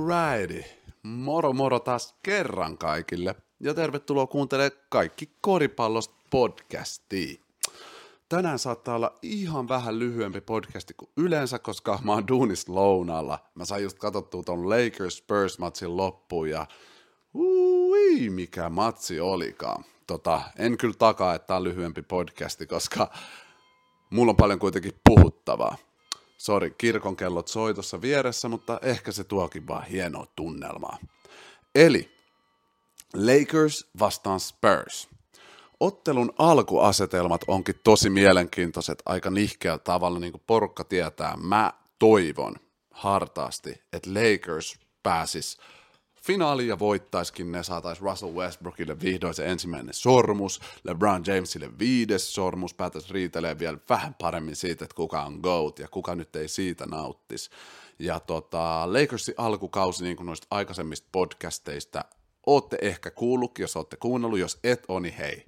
Alrighty. Moro moro taas kerran kaikille. Ja tervetuloa kuuntelemaan Kaikki koripallosta podcastia. Tänään saattaa olla ihan vähän lyhyempi podcasti kuin yleensä, koska mä oon duunissa lounaalla. Mä sain just katsottua ton Lakers-Spurs-matsin loppuun ja mikä matsi olikaan. En kyllä takaa, että tää on lyhyempi podcasti, koska mulla on paljon kuitenkin puhuttavaa. Sori, kirkon kellot soi tuossa vieressä, mutta ehkä se tuokin vaan hienoa tunnelmaa. Eli Lakers vastaan Spurs. Ottelun alkuasetelmat onkin tosi mielenkiintoiset aika nihkeällä tavalla, niin kuin porukka tietää. Mä toivon hartaasti, että Lakers pääsis finaaliin ja voittaisikin, ne saataisiin Russell Westbrookille vihdoin se ensimmäinen sormus, LeBron Jamesille 5. sormus, päätäisiin riitelee vielä vähän paremmin siitä, että kuka on GOAT ja kuka nyt ei siitä nauttisi. Ja Lakersin alkukausi, niin kuin noista aikaisemmista podcasteista, ootte ehkä kuullut, jos ootte kuunnellut, jos et ole, niin hei,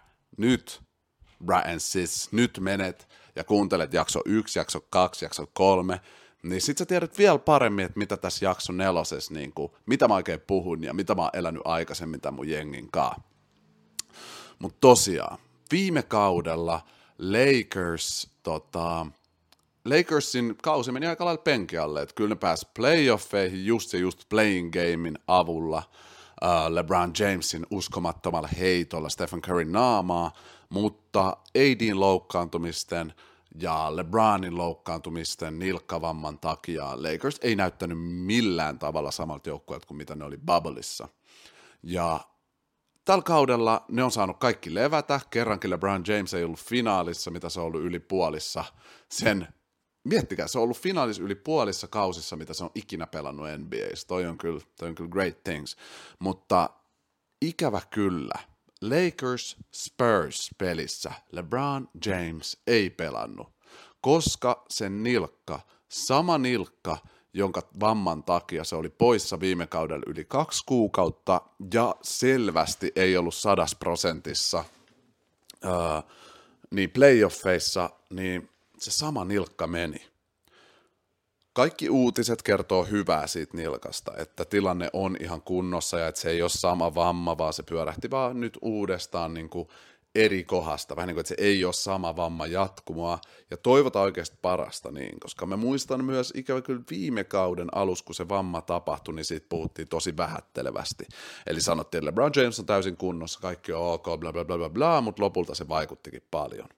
nyt menet ja kuuntelet jakso 1, jakso 2, jakso 3, niin sit sä tiedät vielä paremmin, että mitä tässä jakso 4, niin kuin, mitä mä oikein puhun ja mitä mä oon elänyt aikaisemmin tämän mun jengin kaa. Mutta tosiaan, viime kaudella Lakersin kausi meni aika lailla penkin alle, että kyllä ne pääsi playoffeihin just playing gamein avulla, LeBron Jamesin uskomattomalla heitolla Stephen Curryn naamaa, mutta AD:n loukkaantumisten ja LeBronin loukkaantumisten nilkkavamman takia Lakers ei näyttänyt millään tavalla samalta joukkueelta kuin mitä ne oli Bubbleissa. Ja tällä kaudella ne on saanut kaikki levätä, kerrankin LeBron James ei ollut finaalissa, mitä se on ollut yli puolissa. Miettikää, se on ollut finaalissa yli puolissa kausissa, mitä se on ikinä pelannut NBA:ssä. Toi on kyllä great things. Sama ikävä kyllä, Lakers-Spurs-pelissä LeBron James ei pelannut, koska sen sama nilkka, jonka vamman takia se oli poissa viime kaudella yli 2 kuukautta ja selvästi ei ollut 100%, niin playoffeissa, niin se sama nilkka meni. Kaikki uutiset kertoo hyvää siitä nilkasta, että tilanne on ihan kunnossa ja että se ei ole sama vamma, vaan se pyörähti vaan nyt uudestaan niin kuin eri kohdasta. Vähän niin kuin, että se ei ole sama vamma jatkumoa ja toivotaan oikeasti parasta niin, koska mä muistan myös ikävä kyllä viime kauden alussa, kun se vamma tapahtui, niin siitä puhuttiin tosi vähättelevästi. Eli sanottiin, että LeBron James on täysin kunnossa, kaikki on ok, bla bla bla bla bla, mutta lopulta se vaikuttikin paljon.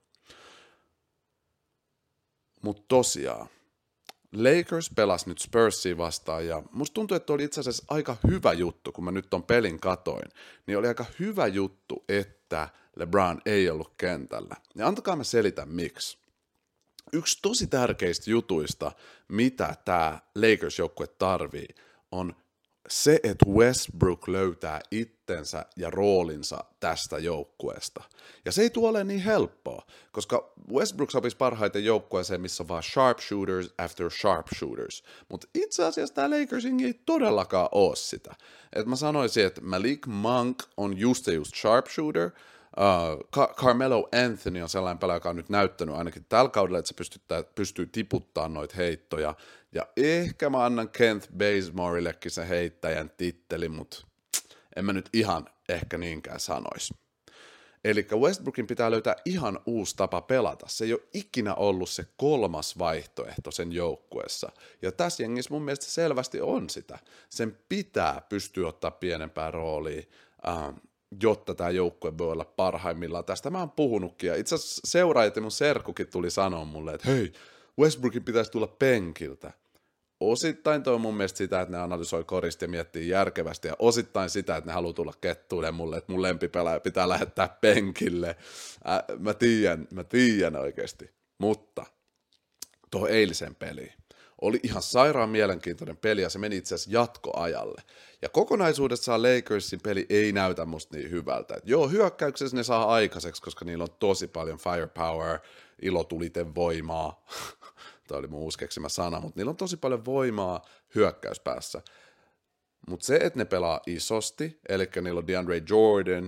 Mutta tosiaan, Lakers pelasi nyt Spursia vastaan ja musta tuntuu, että oli itse asiassa aika hyvä juttu, kun mä nyt ton pelin katoin, niin oli aika hyvä juttu, että LeBron ei ollut kentällä. Ja antakaa mä selitän miksi. Yksi tosi tärkeistä jutuista, mitä tää Lakers-joukkue tarvii, on se, että Westbrook löytää itsensä ja roolinsa tästä joukkueesta. Ja se ei tule olemaan niin helppoa, koska Westbrook sopisi parhaiten joukkueeseen, missä on vaan sharpshooters after sharpshooters. Mutta itse asiassa tämä Lakersin ei todellakaan ole sitä. Et mä sanoisin, että Malik Monk on just sharpshooter, Carmelo Anthony on sellainen pelaaja, joka on nyt näyttänyt ainakin tällä kaudella, että se pystyy tiputtamaan noita heittoja. Ja ehkä mä annan Kent Bazemorellekin se heittäjän titteli, mutta en mä nyt ihan ehkä niinkään sanoisi. Eli Westbrookin pitää löytää ihan uusi tapa pelata. Se ei ole ikinä ollut se 3. vaihtoehto sen joukkueessa. Ja tässä jengissä mun mielestä selvästi on sitä. Sen pitää pystyä ottaa pienempää roolia, jotta tämä joukkue voi olla parhaimmillaan. Tästä mä oon puhunutkin, ja itse asiassa seuraajat ja mun serkkukin tuli sanoa mulle, että hei, Westbrookin pitäisi tulla penkiltä. Osittain toi on mun mielestä sitä, että ne analysoi korista ja miettii järkevästi, ja osittain sitä, että ne haluaa tulla kettuille mulle, että mun lempipelaaja pitää lähettää penkille. Mä tiedän oikeasti. Mutta tuohon eilisen peliin. Oli ihan sairaan mielenkiintoinen peli, ja se meni itse asiassa jatkoajalle. Ja kokonaisuudessaan Lakersin peli ei näytä musta niin hyvältä. Et joo, hyökkäyksessä ne saa aikaiseksi, koska niillä on tosi paljon firepower, ilotuliten voimaa. Tämä oli mun uusi keksimä sana, mutta niillä on tosi paljon voimaa hyökkäyspäässä. Mutta se, että ne pelaa isosti, eli niillä on DeAndre Jordan,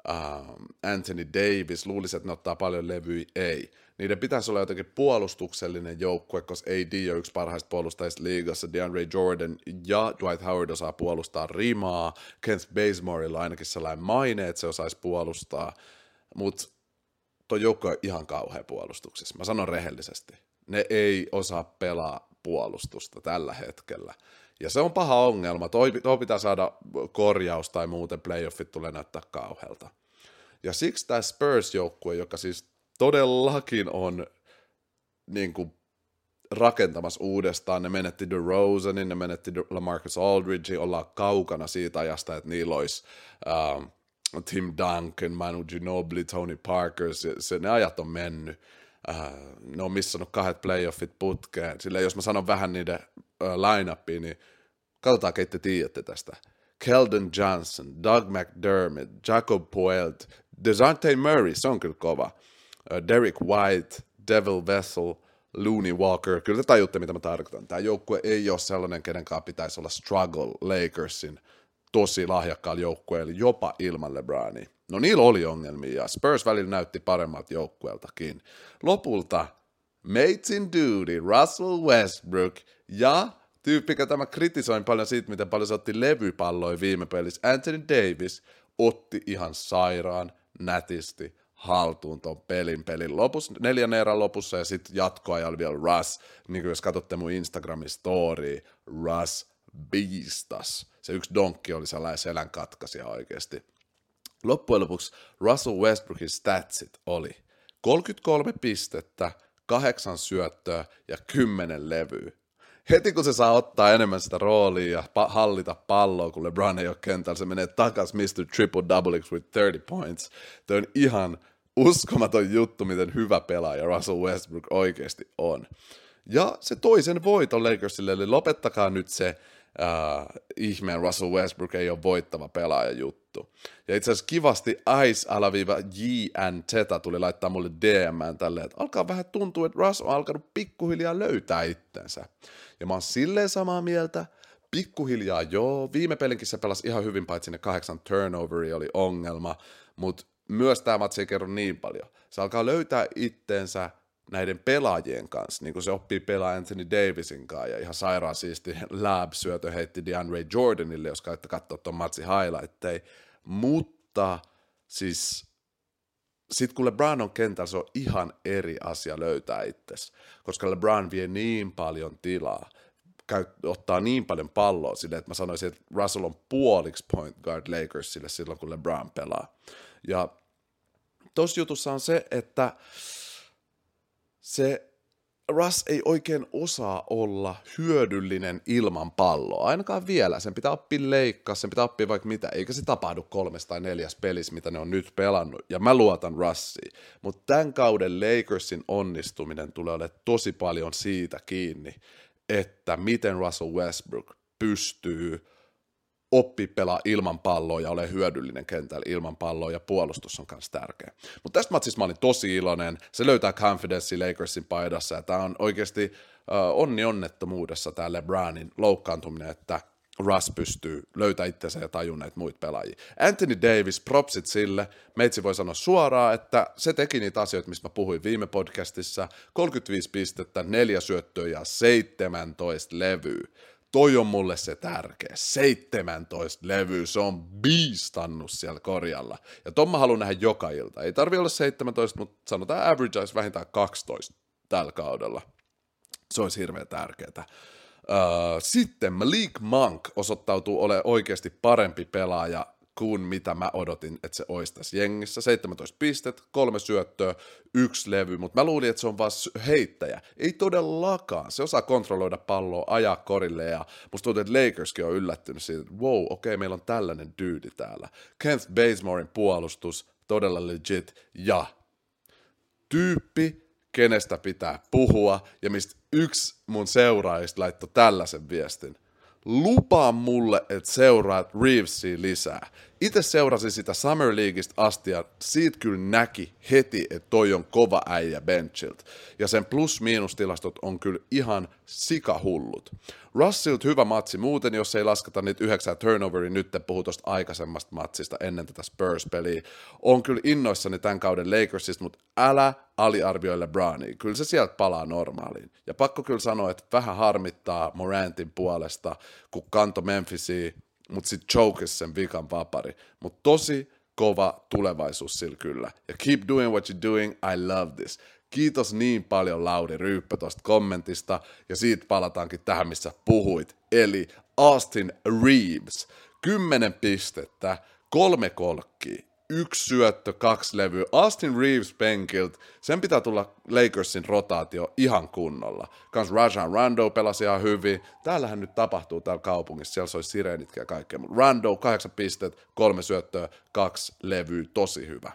Anthony Davis, luulisin, että ne ottaa paljon levyjä, ei. Niiden pitäisi olla jotenkin puolustuksellinen joukkue, koska AD on yksi parhaista puolustajista liigassa, DeAndre Jordan ja Dwight Howard osaa puolustaa rimaa, Kent Bazemorella ainakin sellainen maine, että se osaisi puolustaa, mutta tuo joukko on ihan kauhea puolustuksessa, mä sanon rehellisesti. Ne ei osaa pelaa puolustusta tällä hetkellä. Ja se on paha ongelma. Tuo pitää saada korjaus tai muuten playoffit tulee näyttää kauhealta. Ja siksi tämä Spurs-joukkue, joka siis todellakin on niin kuin rakentamassa uudestaan, ne menetti DeRozanin, ne menetti LaMarcus Aldridgein, ollaan kaukana siitä ajasta, että niillä olisi Tim Duncan, Manu Ginobili, Tony Parker, ne ajat on mennyt. Ne on missannut 2 playoffit putkeen. Sillä jos mä sanon vähän niiden line-upia, niin katsotaan, keitä te tiedätte tästä. Keldon Johnson, Doug McDermott, Jacob Poelt, DeJounte Murray, se on kyllä kova. Derek White, Devil Vessel, Looney Walker. Kyllä te tajutte, mitä mä tarkoitan. Tämä joukkue ei ole sellainen, kenenkaan pitäisi olla struggle Lakersin tosi lahjakkaalla joukkueella, jopa ilman LeBronia. No niillä oli ongelmia, ja Spurs välillä näytti paremmalta joukkueeltakin. Lopulta Mates in Duty, Russell Westbrook ja tyyppi, joka mä kritisoin paljon siitä, miten paljon se otti levypalloja viime pelissä, Anthony Davis otti ihan sairaan nätisti haltuun ton pelin lopussa, 4. erän lopussa, ja sitten jatkoajalla vielä Russ, niin kuin jos katsotte mun Instagramin story, Russ biistas. Se yksi donkki oli sellainen selän katkaisija oikeasti. Loppujen lopuksi Russell Westbrookin statsit oli 33 pistettä, 8 syöttöä ja 10 levyä. Heti kun se saa ottaa enemmän sitä roolia ja hallita palloa, kun LeBron ei ole kentällä, se menee takas Mr. Triple-Double with 30 points. Tämä on ihan uskomaton juttu, miten hyvä pelaaja Russell Westbrook oikeasti on. Ja se toi sen voiton Lakersille, eli lopettakaa nyt se ihmeen Russell Westbrook ei ole voittava pelaaja juttu. Ja itse asiassa kivasti Ice-JNZ tuli laittaa mulle DM:ään tälleen, että alkaa vähän tuntua, että Russ on alkanut pikkuhiljaa löytää itsensä. Ja mä oon silleen samaa mieltä, pikkuhiljaa joo, viime pelinkin se pelasi ihan hyvin, paitsi ne 8 turnoveria oli ongelma, mutta myös tämä matsi ei kerro niin paljon. Se alkaa löytää itsensä näiden pelaajien kanssa, niin kuin se oppii pelaa Anthony Davisin kanssa, ja ihan sairaan siisti lab-syötö heitti DeAndre Jordanille, jos käytte katsoa tuon matsin highlightteja, mutta siis sitten kun LeBron on kentällä, se on ihan eri asia löytää itsesi, koska LeBron vie niin paljon tilaa, ottaa niin paljon palloa silleen, että mä sanoisin, että Russell on puoliksi point guard Lakersille silloin, kun LeBron pelaa. Ja tossa jutussa on se, että se Russ ei oikein osaa olla hyödyllinen ilman palloa, ainakaan vielä. Sen pitää oppia leikkaa, sen pitää oppia vaikka mitä, eikä se tapahdu 3 tai 4 pelissä, mitä ne on nyt pelannut, ja mä luotan Russiin. Mutta tämän kauden Lakersin onnistuminen tulee olemaan tosi paljon siitä kiinni, että miten Russell Westbrook pystyy oppi pelaa ilman palloa ja ole hyödyllinen kentällä ilman palloa, ja puolustus on myös tärkeä. Mutta tästä matsista mä olin tosi iloinen. Se löytää confidence Lakersin paidassa, ja tämä on oikeasti onnettomuudessa tämä LeBronin loukkaantuminen, että Russ pystyy löytämään itsensä ja tajun näitä muita pelaajia. Anthony Davis, propsit sille. Meitsi voi sanoa suoraan, että se teki niitä asioita, mistä mä puhuin viime podcastissa. 35 pistettä, 4 syöttöä ja 17 levyä. Toi on mulle se tärkeä. 17 levyä, se on biistannut siellä korjalla. Ja ton mä haluan nähdä joka ilta. Ei tarvi olla 17, mutta sanotaan average olisi vähintään 12 tällä kaudella. Se olisi hirveän tärkeää. Sitten Malik Monk osoittautuu olemaan oikeasti parempi pelaaja kuin mitä mä odotin, että se olisi tässä jengissä. 17 pistet, 3 syöttöä, 1 levy, mutta mä luulin, että se on vaan heittäjä. Ei todellakaan. Se osaa kontrolloida palloa, ajaa korille, ja musta tuntuu, että Lakerskin on yllättynyt siitä, että wow, okei, meillä on tällainen dyydi täällä. Kent Bazemoren puolustus, todella legit, ja tyyppi, kenestä pitää puhua, ja mistä yksi mun seuraajista laittoi tällaisen viestin. lupaa mulle, että seuraat Reevesia lisää. Itse seurasin sitä Summer Leagueista asti ja siitä kyllä näki heti, että toi on kova äijä benchilt. Ja sen plus-miinustilastot on kyllä ihan sikahullut. Russilta hyvä matsi muuten, jos ei lasketa niitä 9 turnoveria, nyt puhuu tuosta aikaisemmasta matsista ennen tätä Spurs-peliä. On kyllä innoissani tämän kauden Lakersista, mutta älä aliarvioi LeBronia. Kyllä se sieltä palaa normaaliin. Ja pakko kyllä sanoa, että vähän harmittaa Morantin puolesta, kun kanto Memphisia, mutta sitten chokesi sen vikan vapari. Mutta tosi kova tulevaisuus sillä kyllä. Ja keep doing what you're doing, I love this. Kiitos niin paljon Lauri Ryyppä tuosta kommentista, ja siitä palataankin tähän, missä puhuit, eli Austin Reeves. 10 pistettä, 3 kolkkia, 1 syöttö, 2 levyä. Austin Reeves penkilt, sen pitää tulla Lakersin rotaatio ihan kunnolla. Kans Rajon Rondo pelasi ihan hyvin. Täällähän nyt tapahtuu täällä kaupungissa, siellä soi sireenitkin ja kaikkea. Mutta Rondo 8 pistet, 3 syöttöä, 2 levyä, tosi hyvä.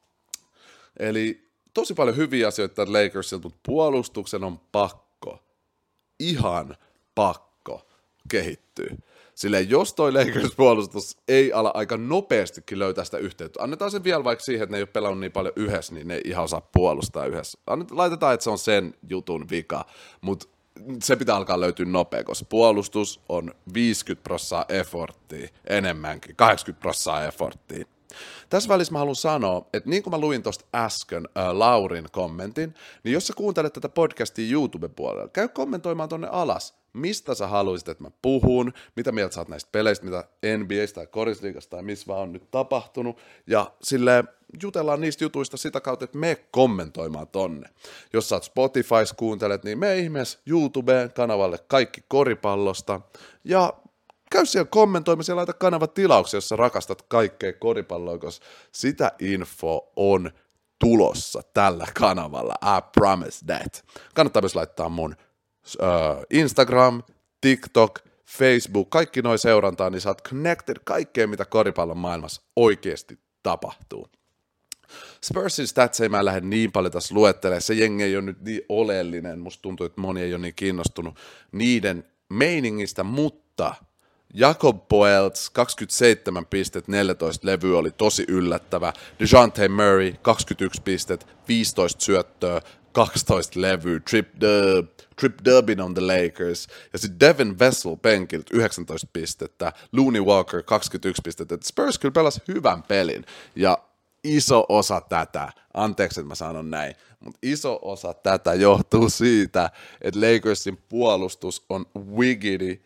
Eli tosi paljon hyviä asioita Lakersilta, mutta puolustuksen on pakko, ihan pakko kehittyä. Silleen, jos toi Lakers-puolustus ei ala aika nopeastikin löytää sitä yhteyttä, annetaan se vielä vaikka siihen, että ne ei ole pelannut niin paljon yhdessä, niin ne ei ihan osaa puolustaa yhdessä. Laitetaan, että se on sen jutun vika, mutta se pitää alkaa löytyä nopea, koska puolustus on 50% efforttia, enemmänkin, 80% efforttia. Tässä välissä mä haluan sanoa, että niin kuin mä luin tuosta äsken Laurin kommentin, niin jos sä kuuntelet tätä podcastia YouTube-puolella, käy kommentoimaan tonne alas, mistä sä haluaisit, että mä puhun, mitä mieltä sä oot näistä peleistä, mitä NBAstä tai Korisliigasta tai missä vaan on nyt tapahtunut, ja silleen jutellaan niistä jutuista sitä kautta, että me kommentoimaan tonne. Jos sä oot Spotifys kuuntelet, niin me ihmeessä YouTubeen kanavalle kaikki koripallosta, ja käy siellä kommentoimassa ja laita kanavat tilauksia, jos sä rakastat kaikkea koripalloa, koska sitä info on tulossa tällä kanavalla. I promise that. Kannattaa myös laittaa mun Instagram, TikTok, Facebook, kaikki noi seurantaa, niin sä oot connected kaikkeen, mitä koripallon maailmassa oikeasti tapahtuu. Spursin stats ei mä lähde niin paljon tässä luettelemaan, se jengi ei ole nyt niin oleellinen, musta tuntuu, että moni ei ole niin kiinnostunut niiden meiningistä, mutta Jakob Poeltz, 27 pistet, 14 levyä oli tosi yllättävä. DeJounte Murray, 21 pistet, 15 syöttöä, 12 levyä, trip dubin on the Lakers. Ja sitten Devin Vassell penkilt 19 pistettä, Looney Walker 21 pistettä. Spurs kyllä pelasi hyvän pelin ja iso osa tätä, anteeksi että mä sanon näin, mutta iso osa tätä johtuu siitä, että Lakersin puolustus on wiggity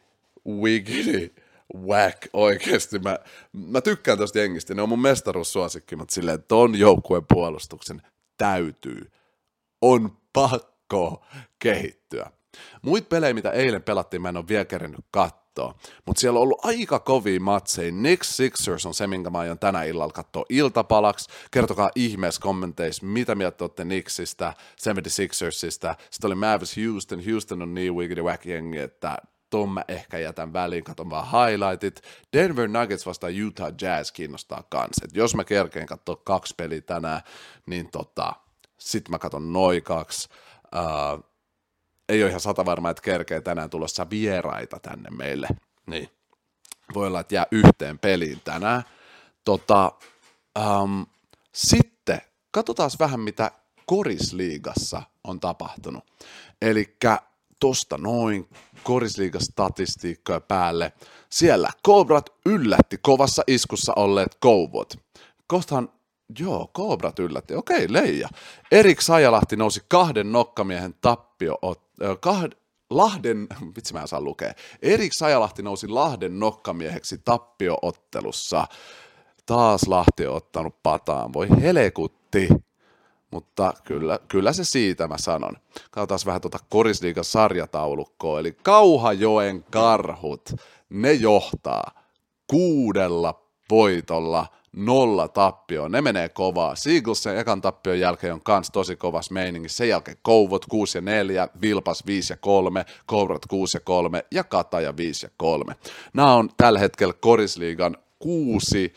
whack oikeesti. Mä tykkään tosta jengistä, ne on mun mestaruussuosikki, mutta silleen ton joukkueen puolustuksen on pakko kehittyä. Muita pelejä, mitä eilen pelattiin, mä en ole vielä kerennyt katsoa, mutta siellä on ollut aika kovia matseja. Knicks Sixers on se, minkä mä aion tänä illalla katsoa iltapalaksi. Kertokaa ihmeessä kommenteissa, mitä mieltä olette Knicksistä, 76ersista. Sitten oli Mavs Houston. Houston on niin wiggity whack jengi, että ton mä ehkä jätän väliin, katon vaan highlightit. Denver Nuggets vastaan Utah Jazz kiinnostaa kans. Et jos mä kerkeen katsoa 2 peliä tänään, niin sit mä katon noin 2. Ei ole ihan 100 varma, että kerkee tänään tulossa vieraita tänne meille. Niin. Voi olla, että jää yhteen peliin tänään. Sitten katsotaan vähän, mitä Korisliigassa on tapahtunut. Elikkä tosta noin Korisliigan statistiikkoja päälle. Siellä Cobrat yllätti kovassa iskussa olleet Kouvot. Kohtahan, Cobrat yllätti. Okei, Leija. Erik Sajalahti nousi 2 nokkamiehen Erik Sajalahti nousi Lahden nokkamieheksi tappioottelussa. Taas Lahti on ottanut pataan. Voi helekutti. Mutta kyllä se siitä mä sanon. Katsotaan vähän Korisliigan sarjataulukkoa. Eli Kauhajoen Karhut, ne johtaa 6 voitolla, 0 tappioon. Ne menee kovaa. Seaglesen ekan tappion jälkeen on kans tosi kovas meiningissä. Sen jälkeen Kouvot 6-4, Vilpas 5-3, Kourat 6-3 ja Kataja 5-3. Nämä on tällä hetkellä Korisliigan 6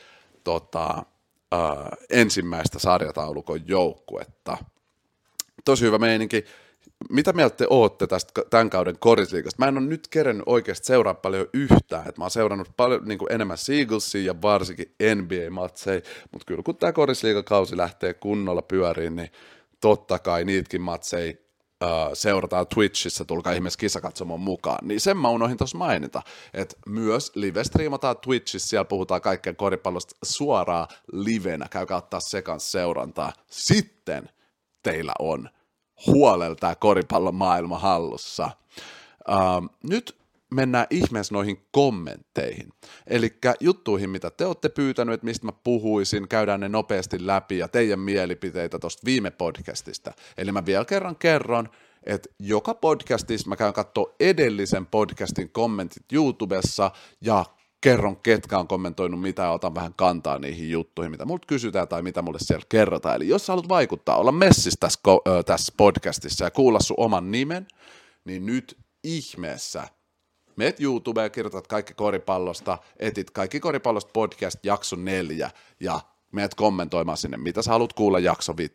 ensimmäistä sarjataulukon joukkuetta. Tosi hyvä meininki. mitä mieltä te ootte tästä tämän kauden korisliigasta? Mä en ole nyt kerennyt oikeasti seuraa paljon yhtään, että mä oon seurannut paljon niin kuin enemmän Seagulsia ja varsinkin NBA-matseja, mutta kyllä kun tämä korisliigakausi lähtee kunnolla pyöriin, niin totta kai niitäkin matseja seurataan Twitchissä, tulkaa ihmeessä kisakatsomon mukaan, niin sen mä unohdin tuossa mainita, että myös live-striimataan Twitchissä, siellä puhutaan kaikkea koripallosta suoraan livenä, käykää ottaa se kanssa seurantaa, sitten teillä on huolella tämä koripallon maailma hallussa. Nyt mennään ihmeessä noihin kommentteihin, eli juttuihin, mitä te olette pyytänyt, että mistä mä puhuisin, käydään ne nopeasti läpi ja teidän mielipiteitä tuosta viime podcastista. Eli mä vielä kerron, että joka podcastissa mä käyn katsoa edellisen podcastin kommentit YouTubessa ja kerron, ketkä on kommentoinut mitä ja otan vähän kantaa niihin juttuihin, mitä multa kysytään tai mitä mulle siellä kerrotaan. Eli jos sä haluat vaikuttaa, olla messissä tässä podcastissa ja kuulla sun oman nimen, niin nyt ihmeessä meet YouTubeen ja kirjoitat kaikki koripallosta, etit kaikki koripallosta podcast jakso 4 ja meet kommentoimaan sinne, mitä sä haluat kuulla jakso 5.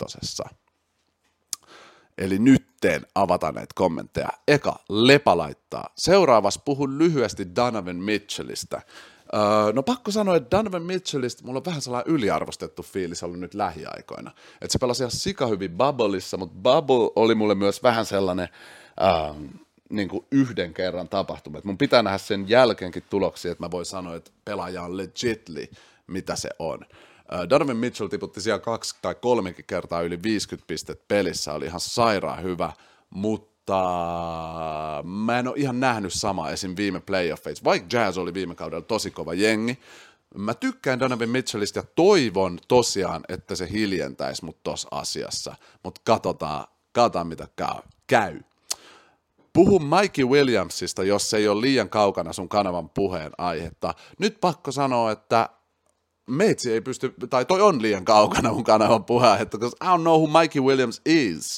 Eli nytten avataan näitä kommentteja. Eka, Lepa laittaa. Seuraavassa puhun lyhyesti Donovan Mitchellistä. No pakko sanoa, että Donovan Mitchellistä mulla on vähän sellainen yliarvostettu fiilis ollut nyt lähiaikoina. Että se pelasi ihan sika hyvin Bubbleissa, mutta Bubble oli mulle myös vähän sellainen niin kuin yhden kerran tapahtuma. Et mun pitää nähdä sen jälkeenkin tuloksia, että mä voin sanoa, että pelaaja on legitly, mitä se on. Donovan Mitchell tiputti siellä 2 tai 3 kertaa yli 50 pistettä pelissä, oli ihan sairaan hyvä, mutta mä en ole ihan nähnyt samaa esim. Viime playoffeissa, vaikka Jazz oli viime kaudella tosi kova jengi. Mä tykkään Donovan Mitchellistä ja toivon tosiaan, että se hiljentäisi mut tossa asiassa, mutta katsotaan mitä käy. Puhu Mikey Williamsista, jos se ei ole liian kaukana sun kanavan puheen aihetta. Nyt pakko sanoa, että meitsi ei pysty, tai toi on liian kaukana mun kanavan puheen aihetta, koska I don't know who Mikey Williams is.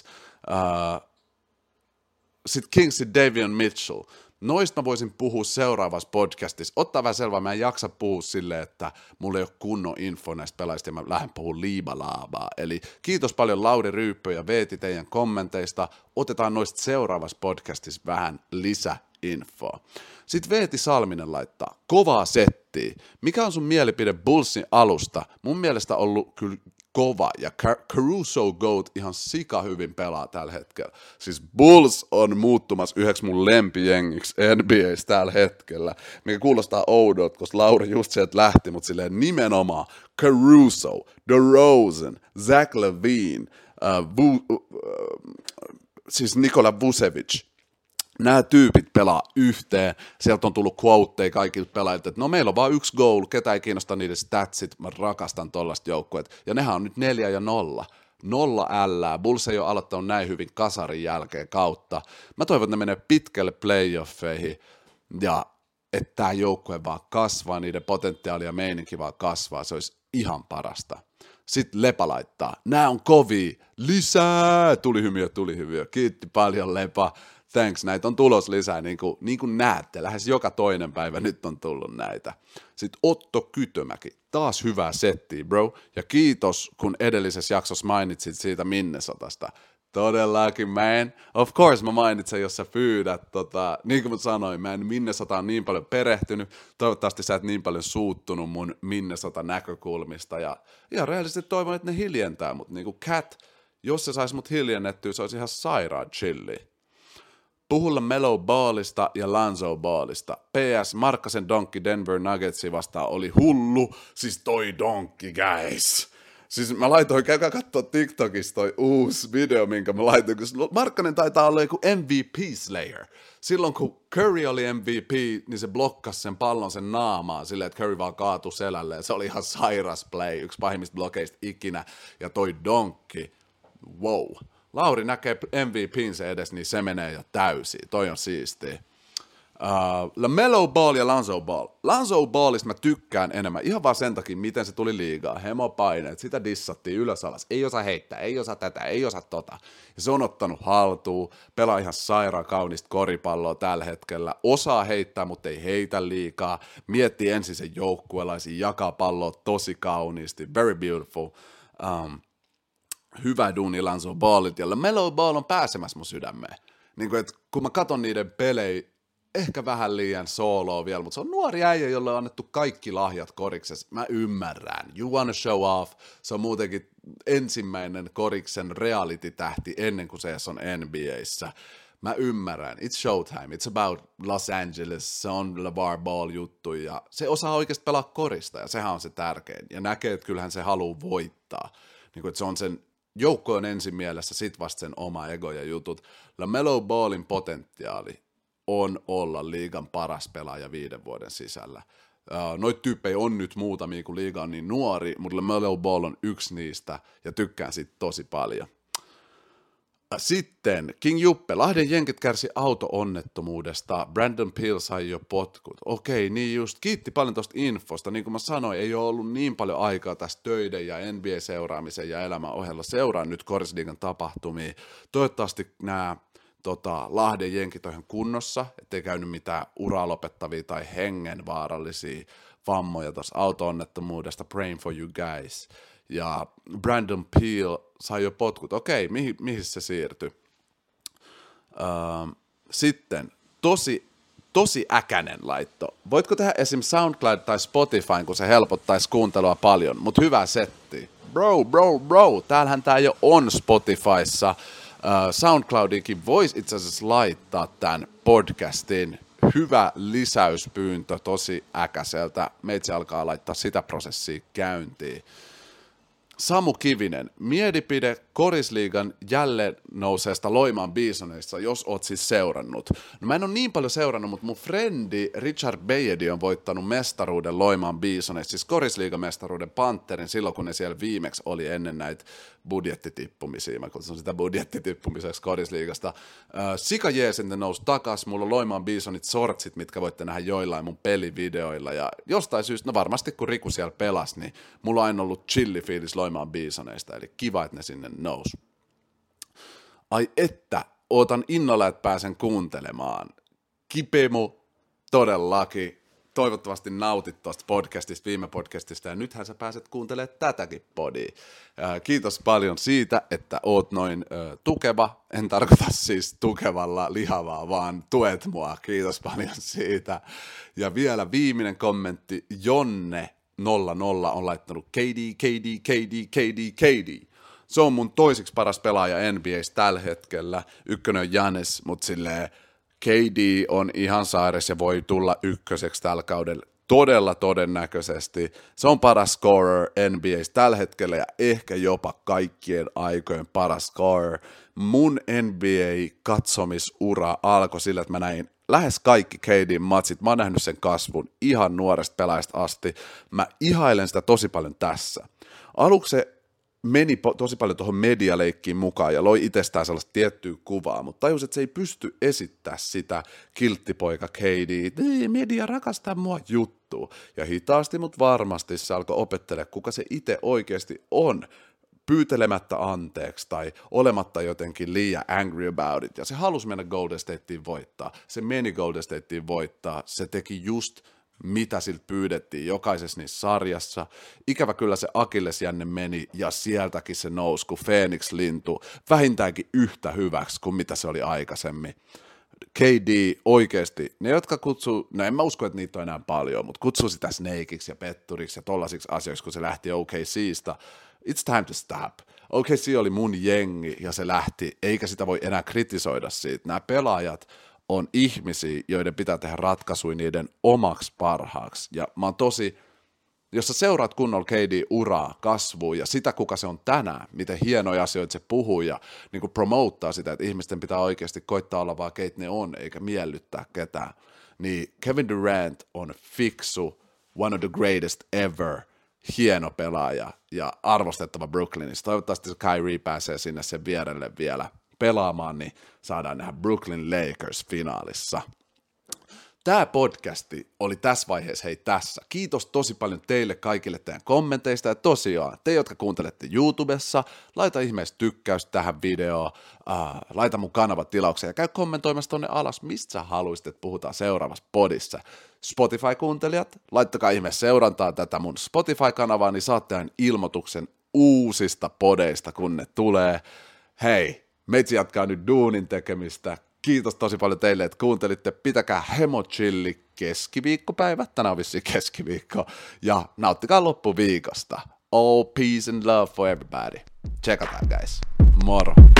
Sitten Kingsley Davion Mitchell. Noista mä voisin puhua seuraavassa podcastissa. Ottaa vähän selvää, mä en jaksa puhua silleen, että mulla ei ole kunnon info näistä pelaajista ja mä lähden puhua liibalaabaa. Eli kiitos paljon Lauri Ryyppö ja Veeti teidän kommenteista. Otetaan noista seuraavassa podcastissa vähän lisäinfoa. Sitten Veeti Salminen laittaa, kovaa settiä. Mikä on sun mielipide Bullsin alusta? Mun mielestä ollut kyllä kova, ja Caruso Goat ihan sika hyvin pelaa tällä hetkellä. Siis Bulls on muuttumassa yhdeksi mun lempijengiksi NBA:ssä tällä hetkellä, mikä kuulostaa oudolta, koska Lauri just sieltä lähti, mutta silleen nimenomaan Caruso, DeRozan, Zach LaVine, siis Nikola Vucevic. Nämä tyypit pelaa yhteen, sieltä on tullut quoteja kaikilta pelaajilta, että no meillä on vaan 1 goal, ketä ei kiinnosta niiden statsit, mä rakastan tollaista joukkuetta, ja nehän on nyt 4-0, 0 ällää, Bulls ei ole aloittanut näin hyvin kasarin jälkeen kautta, mä toivon, että ne menee pitkälle playoffeihin, ja että tämä joukkue vaan kasvaa, niiden potentiaali ja meininki vaan kasvaa, se olisi ihan parasta. Sitten Lepa laittaa, nää on kovia, lisää, tuli hyviä, kiitti paljon Lepa. Thanks, näitä on tulos lisää, niin kuin näette, lähes joka toinen päivä nyt on tullut näitä. Sitten Otto Kytömäki, taas hyvää settiä, bro, ja kiitos, kun edellisessä jaksossa mainitsit siitä Minnesotasta. Todellakin, man. Of course mä mainitsen, jos sä pyydät. Niin kuin mä sanoin, mä en Minnesotaan niin paljon perehtynyt. Toivottavasti sä et niin paljon suuttunut mun Minnesota-näkökulmista. Ja ihan rehellisesti toivon, että ne hiljentää, mutta niin kuin Cat, jos se saisi mut hiljennettyä, se olisi ihan sairaan chilli. Puhulla Melo Ballista ja Lonzo Ballista. PS, Markkasen donkki Denver Nuggetsi vastaan oli hullu. Siis toi donkki, guys. Siis mä laitoin, käykää katsoa TikTokista toi uusi video, minkä mä laitoin, koska Markkanen taitaa olla joku MVP Slayer. Silloin kun Curry oli MVP, niin se blokkasi sen pallon sen naamaan silleen, että Curry vaan kaatui selälleen. Se oli ihan sairas play, yksi pahimmista blokeista ikinä. Ja toi donkki, wow. Lauri näkee MVP:n se edes, niin se menee jo täysiin. Toi on siistiä. LaMelo Ball ja Lonzo Ball. Lonzo Ballista mä tykkään enemmän, ihan vaan sen takia, miten se tuli liigaa. Hemopaineet, sitä dissattiin ylös alas. Ei osaa heittää, ei osaa tätä, ei osaa tota. Ja se on ottanut haltuun, pelaa ihan sairaan kaunista koripalloa tällä hetkellä. Osaa heittää, mutta ei heitä liikaa. Miettii ensin sen joukkuelaisiin, jakaa palloa tosi kauniisti. Very beautiful. hyvä duuni Lonzo Ballit, ja LaMelo Ball on pääsemässä mun sydämeen. Niin kuin, että kun mä katon niiden pelejä, ehkä vähän liian sooloa vielä, mutta se on nuori äijä, jolle on annettu kaikki lahjat koriksessa. Mä ymmärrän. You wanna show off. Se on muutenkin ensimmäinen koriksen reality-tähti ennen kuin se on NBA:ssä. Mä ymmärrän. It's showtime. It's about Los Angeles. Se on LeVar Ball juttu ja se osaa oikeasti pelaa korista ja sehän on se tärkein. Ja näkee, että kyllähän se haluaa voittaa. Niin kuin, että se on sen joukko on ensin mielessä, sit vasta sen oma ego ja jutut. LaMelo Ballin potentiaali on olla liigan paras pelaaja 5 vuoden sisällä. Noita tyyppejä on nyt muutamia, kun liiga on niin nuori, mutta LaMelo Ball on yksi niistä, ja tykkään siitä tosi paljon. Sitten King Juppe, Lahden jenkit kärsi auto-onnettomuudesta, Brandon Peele sai jo potkut. Okei, niin just, kiitti paljon tuosta infosta, niin kuin mä sanoin, ei ole ollut niin paljon aikaa tästä töiden ja NBA-seuraamisen ja elämän ohella. Seuraan nyt Korisliigan tapahtumia. Toivottavasti nämä Lahden jenkit on ihan kunnossa, ettei käynyt mitään uraa lopettavia tai hengenvaarallisia vammoja tuossa auto-onnettomuudesta. Praying for you guys. Ja Brandon Peele sai jo potkut. Okei, mihin se siirtyi? Sitten tosi äkänen laitto. Voitko tehdä esim. SoundCloud tai Spotify, kun se helpottaisi kuuntelua paljon, mutta hyvä setti. Bro, täällähän tää jo on Spotifyssa. SoundCloudiinkin voisi itse asiassa laittaa tämän podcastin. Hyvä lisäyspyyntö tosi äkäseltä. Meitsi alkaa laittaa sitä prosessia käyntiin. Samu Kivinen, mielipide Korisliigan jälleen nouseesta Loimaan Bisoneista, jos oot siis seurannut. No mä en ole niin paljon seurannut, mutta mun frendi Richard Bejedi on voittanut mestaruuden Loimaan Bisoneista, siis Korisliigan mestaruuden Panterin silloin, kun ne siellä viimeksi oli ennen näitä budjettitippumisia. Mä kutsun sitä budjettitippumiseksi Korisliigasta. Sika Jeesinten nousi takas, mulla on Loimaan Bisonit sortsit, mitkä voitte nähdä joillain mun pelivideoilla. Ja jostain syystä, no varmasti kun Riku siellä pelasi, niin mulla on aina ollut chillifiilis Loimaan Bisoneista, eli kiva, että ne sinne nousi. Ai että, ootan innolla, että pääsen kuuntelemaan. Kipemu, todellakin. Toivottavasti nautit tuosta podcastista, viime podcastista, ja nythän sä pääset kuuntelemaan tätäkin podia. Kiitos paljon siitä, että oot noin tukeva. En tarkoita siis tukevalla lihavaa, vaan tuet mua. Kiitos paljon siitä. Ja vielä viimeinen kommentti. Jonne 00 on laittanut KD. Se on mun toisiksi paras pelaaja NBA:ssä tällä hetkellä. Ykkönen on Giannis, mutta silleen KD on ihan saares ja voi tulla ykköseksi tällä kaudella todella todennäköisesti. Se on paras scorer NBA:ssä tällä hetkellä ja ehkä jopa kaikkien aikojen paras scorer. Mun NBA-katsomisura alkoi sillä, että mä näin lähes kaikki KD:n matsit. Mä oon nähnyt sen kasvun ihan nuoresta pelaajasta asti. Mä ihailen sitä tosi paljon tässä. Aluksi se meni tosi paljon tuohon medialeikkiin mukaan ja loi itsestään sellaista tiettyä kuvaa, mutta tajus, että se ei pysty esittämään sitä kilttipoika KD, media rakastaa mua juttua. Ja hitaasti, mutta varmasti se alkoi opettelemaan, kuka se itse oikeasti on, pyytelemättä anteeksi tai olematta jotenkin liian angry about it. Ja se halusi mennä Golden Stateen voittaa. Se meni Golden Stateen voittaa. Se teki just mitä siltä pyydettiin jokaisessa niissä sarjassa. Ikävä kyllä se Akillesjänne meni ja sieltäkin se nousi, kun Phoenix-lintu vähintäänkin yhtä hyväksi kuin mitä se oli aikaisemmin. KD oikeasti, ne jotka kutsuu, no en mä usko, että niitä on enää paljon, mutta kutsuu sitä Snakeiksi ja petturiksi ja tollasiksi asioiksi, kun se lähti OKC:sta. It's time to stop. OKC oli mun jengi ja se lähti, eikä sitä voi enää kritisoida siitä. Nämä pelaajat on ihmisiä, joiden pitää tehdä ratkaisuja niiden omaksi parhaaksi. Ja mä oon tosi, jos sä seuraat kunnolla KD-uraa, kasvua ja sitä, kuka se on tänään, miten hienoja asioita se puhuu ja niin kuin promouttaa sitä, että ihmisten pitää oikeasti koittaa olla vaan keitä ne on, eikä miellyttää ketään, niin Kevin Durant on fiksu, one of the greatest ever, hieno pelaaja ja arvostettava Brooklynissa. Toivottavasti se Kyrie pääsee sinne sen vierelle vielä pelaamaan, niin saadaan nähdä Brooklyn Lakers finaalissa. Tämä podcasti oli tässä vaiheessa hei tässä. Kiitos tosi paljon teille kaikille teidän kommenteista ja tosiaan te, jotka kuuntelette YouTubessa, laita ihmeessä tykkäys tähän videoon, laita mun kanavat tilaukseen ja käy kommentoimassa tonne alas, mistä sä haluaisit, että puhutaan seuraavassa podissa. Spotify-kuuntelijat, laittakaa ihmeessä seurantaa tätä mun Spotify-kanavaa, niin saatte aina ilmoituksen uusista podeista, kun ne tulee. Hei, meitsi jatkaa nyt duunin tekemistä. Kiitos tosi paljon teille, että kuuntelitte. Pitäkää hemo-chilli keskiviikkopäivä. Tänään on vissiin keskiviikko. Ja nauttikaa loppuviikosta. All peace and love for everybody. Tsekataan, guys. Moro.